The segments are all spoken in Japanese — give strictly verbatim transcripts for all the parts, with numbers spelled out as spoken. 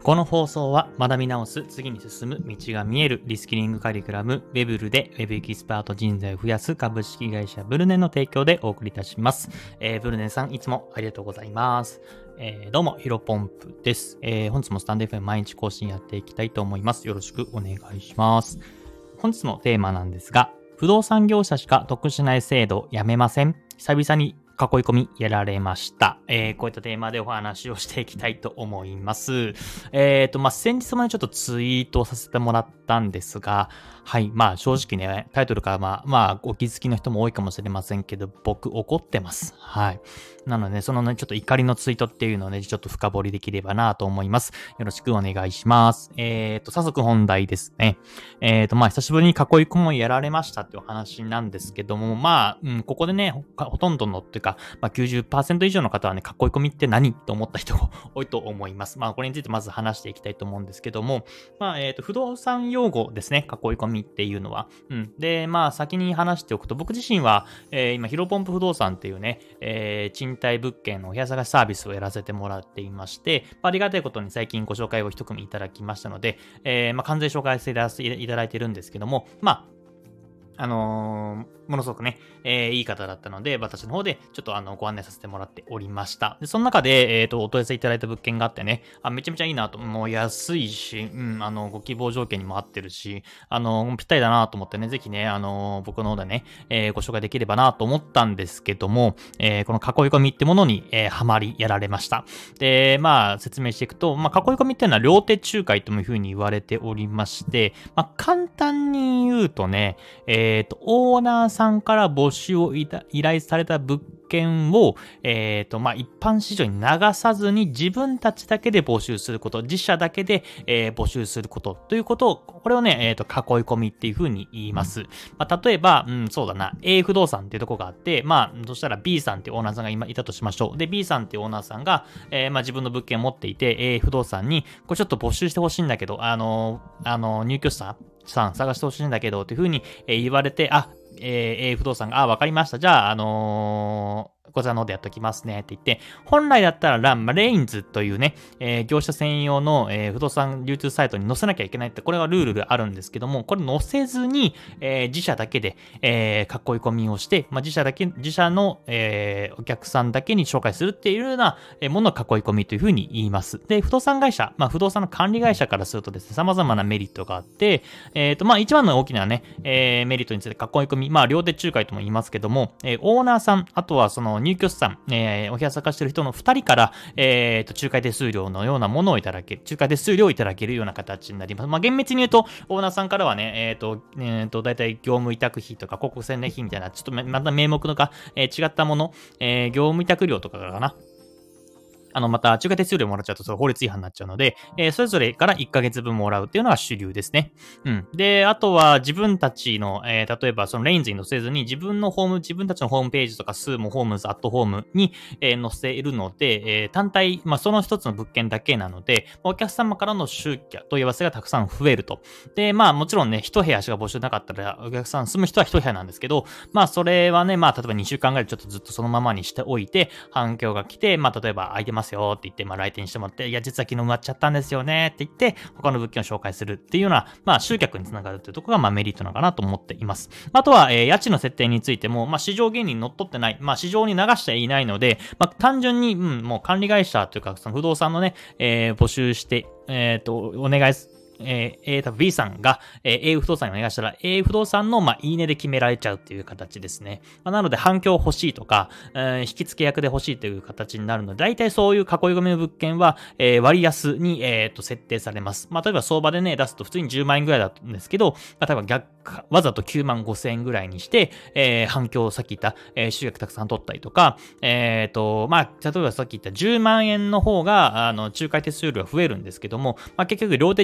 この放送は学び直す、次に進む、道が見える、リスキリングカリキュラム、ウェブルでウェブエキスパート人材を増やす株式会社ブルネンの提供でお送りいたします。えー、ブルネンさんいつもありがとうございます。えー、どうも、ヒロポンプです。えー、本日もスタンド エフエム 毎日更新やっていきたいと思います。よろしくお願いします。本日のテーマなんですが、不動産業者しか得しない制度やめません？久々に囲い込みやられました。えー、こういったテーマでお話をしていきたいと思います。えっと、まあ、先日もね、ちょっとツイートさせてもらったんですが、はい、まあ、正直ね、タイトルからまあ、まあ、お気づきの人も多いかもしれませんけど、僕怒ってます。はい。なので、ね、そのね、ちょっと怒りのツイートっていうのをね、ちょっと深掘りできればなと思います。よろしくお願いします。えっと、早速本題ですね。えっと、まあ、久しぶりに囲い込みをやられましたっていうお話なんですけども、まあ、うん、ここでね、ほ、ほとんどのっていうか、まあ、きゅうじゅっパーセント以上の方はね、囲い込みって何と思った人が多いと思います。まあ、これについてまず話していきたいと思うんですけども、まあ、えっと、不動産用語ですね、囲い込みっていうのは。うん。で、まあ、先に話しておくと、僕自身は、えー、今、ヒロポンプ不動産っていうね、えー、賃貸物件のお部屋探しサービスをやらせてもらっていまして、まあ、ありがたいことに最近ご紹介を一組いただきましたので、えー、まあ、完全紹介していただいているんですけども、まあ、あのー、ものすごくね、えー、いい方だったので、私の方でちょっとあのご案内させてもらっておりました。で、その中で、えっと、お問い合わせいただいた物件があってね、あ、めちゃめちゃいいなと、もう安いし、うん、あの、ご希望条件にも合ってるし、あの、ぴったりだなと思ってね、ぜひね、あの、僕の方でね、えー、ご紹介できればなと思ったんですけども、えー、この囲い込みってものに、えー、ハマりやられました。で、まあ、説明していくと、まあ、囲い込みっていうのは両手仲介というふうに言われておりまして、まあ、簡単に言うとね、えっと、オーナーさんから募集を依頼された物件を、えっと、まあ、一般市場に流さずに自分たちだけで募集すること、自社だけで、えー、募集することということを、これをね、えっと、囲い込みっていうふうに言います。まあ、例えば、うん、そうだな、A 不動産っていうところがあって、まあ、そしたら B さんっていうオーナーさんが今いたとしましょう。で、B さんっていうオーナーさんが、えー、まあ、自分の物件を持っていて、A 不動産に、これちょっと募集してほしいんだけど、あのー、あのー、入居者さん探してほしいんだけど、っていうふうに言われて、あ、えー、A 不動産が、あ、わかりました。じゃあ、あのー、こちらの方でやっときますねって言って、本来だったらラン、まあ、レインズというね、えー、業者専用の、えー、不動産流通サイトに載せなきゃいけないって、これはルールであるんですけども、これ載せずに、えー、自社だけで、えー、囲い込みをして、まあ、自社だけ、自社の、えー、お客さんだけに紹介するっていうようなものを囲い込みというふうに言います。で、不動産会社、まあ、不動産の管理会社からするとですね、様々なメリットがあって、えっと、まあ、一番の大きなね、えー、メリットについて囲い込み、まあ、両手仲介とも言いますけども、えー、オーナーさん、あとはその入居者さん、えー、お部屋探してる人のふたりから、えー、と、仲介手数料のようなものをいただける、仲介手数料をいただけるような形になります。まあ、厳密に言うと、オーナーさんからはね、えっ、ー、と、えっ、ー、と、だいたい業務委託費とか広告宣伝費みたいな、ちょっとまた名目のが、えー、違ったもの、えー、業務委託料とかかな。あの、また、仲介手数料もらっちゃうと、それ法律違反になっちゃうので、えー、それぞれからいっかげつぶんもらうっていうのが主流ですね。うん。で、あとは自分たちの、えー、例えばそのレインズに載せずに、自分のホーム、自分たちのホームページとか、スーモホームズ、アットホームに、えー、載せるので、えー、単体、まあ、その一つの物件だけなので、お客様からの集客、問い合わせがたくさん増えると。で、まあ、もちろんね、一部屋しか募集なかったら、お客さん住む人は一部屋なんですけど、まあ、それはね、まあ、例えばにしゅうかんぐらいちょっとずっとそのままにしておいて、反響が来て、まあ、例えば空いてますよって言って、まあ、来店してもらって、いや、実は昨日埋まっちゃったんですよねって言って、他の物件を紹介するっていうような、まあ、集客につながるというところが、まあ、メリットなのかなと思っています。あとは、えー、家賃の設定についても、まあ、市場原理に乗っ取ってない、まあ、市場に流していないので、まあ、単純に、うん、もう管理会社というか、その不動産のね、えー、募集して、えっと、お願いすえー、多分 B さんが、えー、A 不動産にお願いしたら A 不動産の、まあ、いいねで決められちゃうっていう形ですね。まあ、なので反響欲しいとか、えー、引き付け役で欲しいという形になるので、大体そういう囲い込みの物件は、えー、割安に、えー、と設定されます。まあ、例えば相場でね、出すと普通にじゅうまんえんぐらいだったんですけど、まあ、例えば逆、わざときゅうまんごせんえんぐらいにして、えー、反響をさっき言った、えー、集客たくさん取ったりとか、えっと、まあ、例えばさっき言ったじゅうまんえんの方が、あの、仲介手数料が増えるんですけども、まあ、結局両手仲介、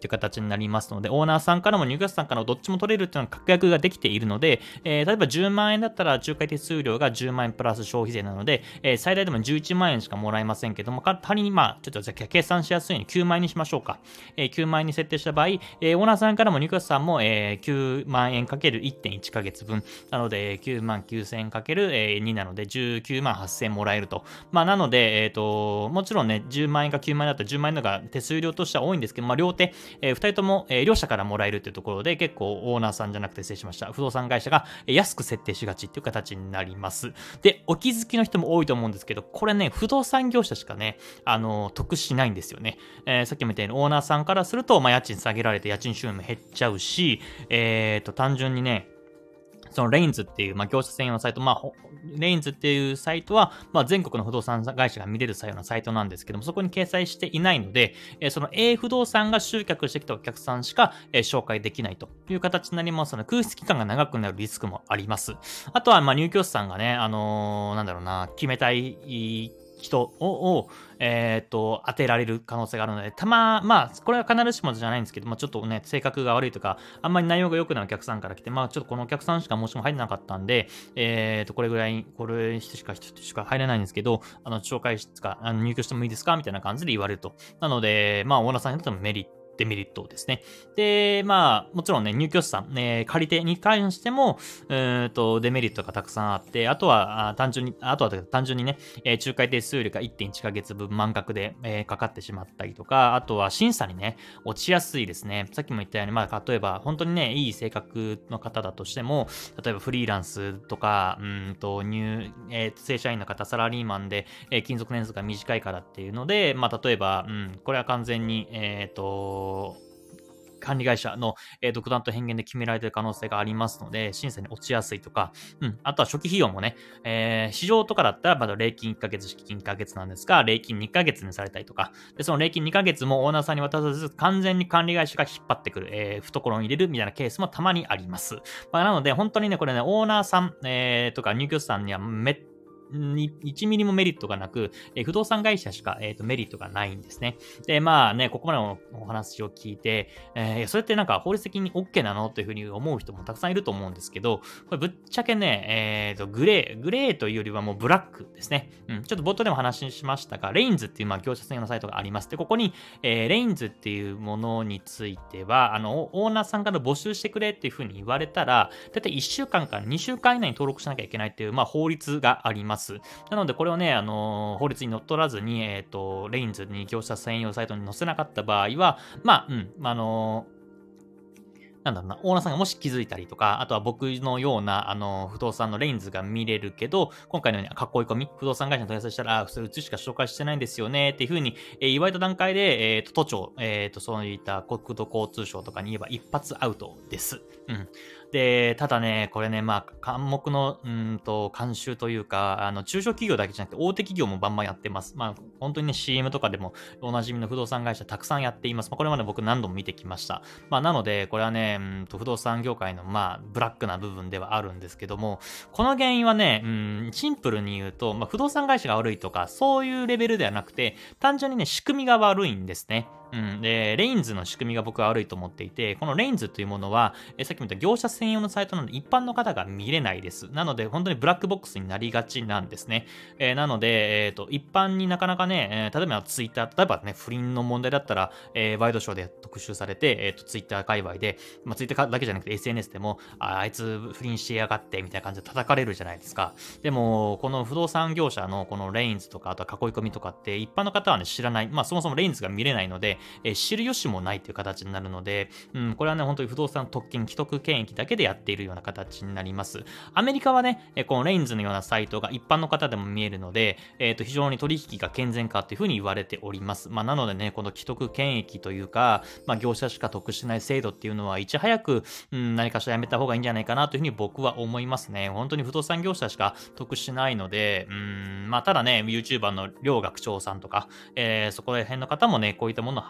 っていう形になりますので、オーナーさんからも入居者さんからもどっちも取れるっていうのは確約ができているので、えー、例えばじゅうまんえんだったら仲介手数料がじゅうまんえんプラス消費税なので、えー、最大でもじゅういちまんえんしかもらえませんけども、仮にまあ、ちょっとじゃあ計算しやすいようにきゅうまんえんにしましょうか。えー、きゅうまんえんに設定した場合、えー、オーナーさんからも入居者さんも、えー、きゅうまんえんかけるいってんいちかげつぶん。なので、きゅうまんきゅうせんえんかけるになので、じゅうきゅうまんはっせんえんもらえると。まあ、なので、えっと、もちろんね、じゅうまんえんかきゅうまんえんだったらじゅうまんえんのが手数料としては多いんですけど、まあ、両手、えー、ふたりとも、えー、両者からもらえるっていうところで、結構オーナーさんじゃなくて失礼しました。不動産会社が安く設定しがちっていう形になります。で、お気づきの人も多いと思うんですけど、これね、不動産業者しかね、あの、得しないんですよね。えー、さっきも言ったように、オーナーさんからすると、まあ、家賃下げられて家賃収入も減っちゃうし、えっと、単純にね、そのレインズっていう、まあ、業者専用のサイト、まあ、レインズっていうサイトは、まあ、全国の不動産会社が見れるようなサイトなんですけども、そこに掲載していないので、えー、その A 不動産が集客してきたお客さんしか、えー、紹介できないという形になりますので、空室期間が長くなるリスクもあります。あとは、まあ、入居者さんがね、あのー、なんだろうな、決めたい人を、をえっ、ー、と、当てられる可能性があるので、たま、まあ、これは必ずしもじゃないんですけど、まあ、ちょっとね、性格が悪いとか、あんまり内容が良くないお客さんから来て、まあ、ちょっとこのお客さんしか申し込み入れなかったんで、えっ、ー、と、これぐらい、これ人しか、人しか入れないんですけど、あの、紹介しか、あの入居してもいいですかみたいな感じで言われると。なので、まあ、オーナーさんにとってもメリット、デメリットですね。で、まあ、もちろんね、入居者さん、ね、借り手に関しても、うーんと、デメリットがたくさんあって、あとは、あ単純に、あとは単純にね、えー、仲介手数料がいってんいちかげつぶん満額で、えー、かかってしまったりとか、あとは審査にね、落ちやすいですね。さっきも言ったように、まあ、例えば、本当にね、いい性格の方だとしても、例えばフリーランスとか、うんと、入、えー、正社員の方、サラリーマンで、えー、勤続年数が短いからっていうので、まあ、例えば、うん、これは完全に、えっと、管理会社の、えー、独断と偏見で決められている可能性がありますので、審査に落ちやすいとか、うん、あとは初期費用もね、えー、市場とかだったら、まだ礼金いっかげつ、敷金いっかげつなんですが、礼金にかげつにされたりとか、で、その礼金にかげつもオーナーさんに渡さず、完全に管理会社が引っ張ってくる、えー、懐に入れるみたいなケースもたまにあります。まあ、なので、本当にね、これね、オーナーさん、えー、とか入居者さんにはめっいちミリもメリットがなく、えー、不動産会社しか、えーと、メリットがないんですね。で、まあね、ここまでのお話を聞いて、えー、それってなんか法律的に OK なのというふうに思う人もたくさんいると思うんですけど、これぶっちゃけね、えーと、グレー、グレーというよりはもうブラックですね。うん、ちょっと冒頭でも話しましたが、レインズっていうまあ業者専用のサイトがあります。で、ここに、えー、レインズっていうものについては、あの、オーナーさんから募集してくれっていうふうに言われたら、だいたいいっしゅうかんからにしゅうかん以内に登録しなきゃいけないっていう、まあ、法律があります。なので、これをね、あのー、法律にのっとらずに、えっと、レインズに業者専用サイトに載せなかった場合は、まあ、うん、あのー、なんだろうな、オーナーさんがもし気づいたりとか、あとは僕のような、あの、不動産のレインズが見れるけど、今回のように囲い込み、不動産会社に問い合わせしたら、あ、それうちしか紹介してないんですよね、っていうふうに、えー、言われた段階で、えっと、都庁、えっと、そういった国土交通省とかに言えば一発アウトです。うん。で、ただね、これね、まあ、関目の、うんと、慣習というか、あの、中小企業だけじゃなくて、大手企業もバンバンやってます。まあ、本当にね、シーエム とかでも、おなじみの不動産会社たくさんやっています。まあ、これまで僕何度も見てきました。まあ、なので、これはね、うんと、不動産業界の、まあ、ブラックな部分ではあるんですけども、この原因はね、うん、シンプルに言うと、まあ、不動産会社が悪いとか、そういうレベルではなくて、単純にね、仕組みが悪いんですね。うん。で、レインズの仕組みが僕は悪いと思っていて、このレインズというものは、えさっきも言った業者専用のサイトなので一般の方が見れないです。なので、本当にブラックボックスになりがちなんですね。えー、なので、えっ、ー、と、一般になかなかね、えー、例えばツイッター、例えばね、不倫の問題だったら、えー、ワイドショーで特集されて、えっ、ー、と、ツイッター界隈で、まあ、ツイッターだけじゃなくて エスエヌエス でも、あ、あいつ不倫してやがって、みたいな感じで叩かれるじゃないですか。でも、この不動産業者のこのレインズとか、あとは囲い込みとかって、一般の方はね、知らない。まあ、そもそもレインズが見れないので、えー、知る由もないという形になるので、うん、これはね、本当に不動産特権、既得権益だけでやっているような形になります。アメリカはね、このレインズのようなサイトが一般の方でも見えるので、えっと、非常に取引が健全かというふうに言われております。まあ、なのでね、この既得権益というか、まあ、業者しか得しない制度っていうのは、いち早く、うん、何かしらやめた方がいいんじゃないかなというふうに僕は思いますね。本当に不動産業者しか得しないので、うん、まあ、ただね、YouTuber の両学長さんとか、えー、そこら辺の方もね、こういったものを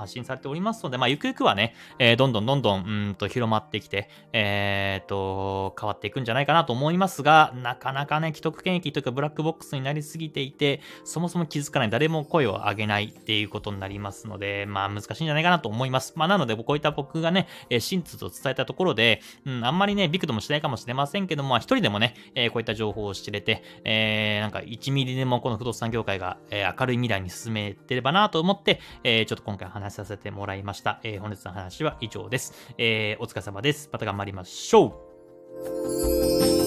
発信されておりますので、まあ、ゆくゆくはね、えー、どんどんどんどん、うんと広まってきて、えー、と、変わっていくんじゃないかなと思いますが、なかなかね、既得権益というかブラックボックスになりすぎていて、そもそも気づかない、誰も声を上げないっていうことになりますので、まあ、難しいんじゃないかなと思います。まあ、なので、こういった僕がね、えー、真実を伝えたところで、うん、あんまりね、びくともしないかもしれませんけども、一人でもね、えー、こういった情報を知れて、えー、なんかいちミリでもこの不動産業界が、えー、明るい未来に進めてればなと思って、えー、ちょっと今回話させてもらいました。えー、本日の話は以上です。えー、お疲れ様です。また頑張りましょう。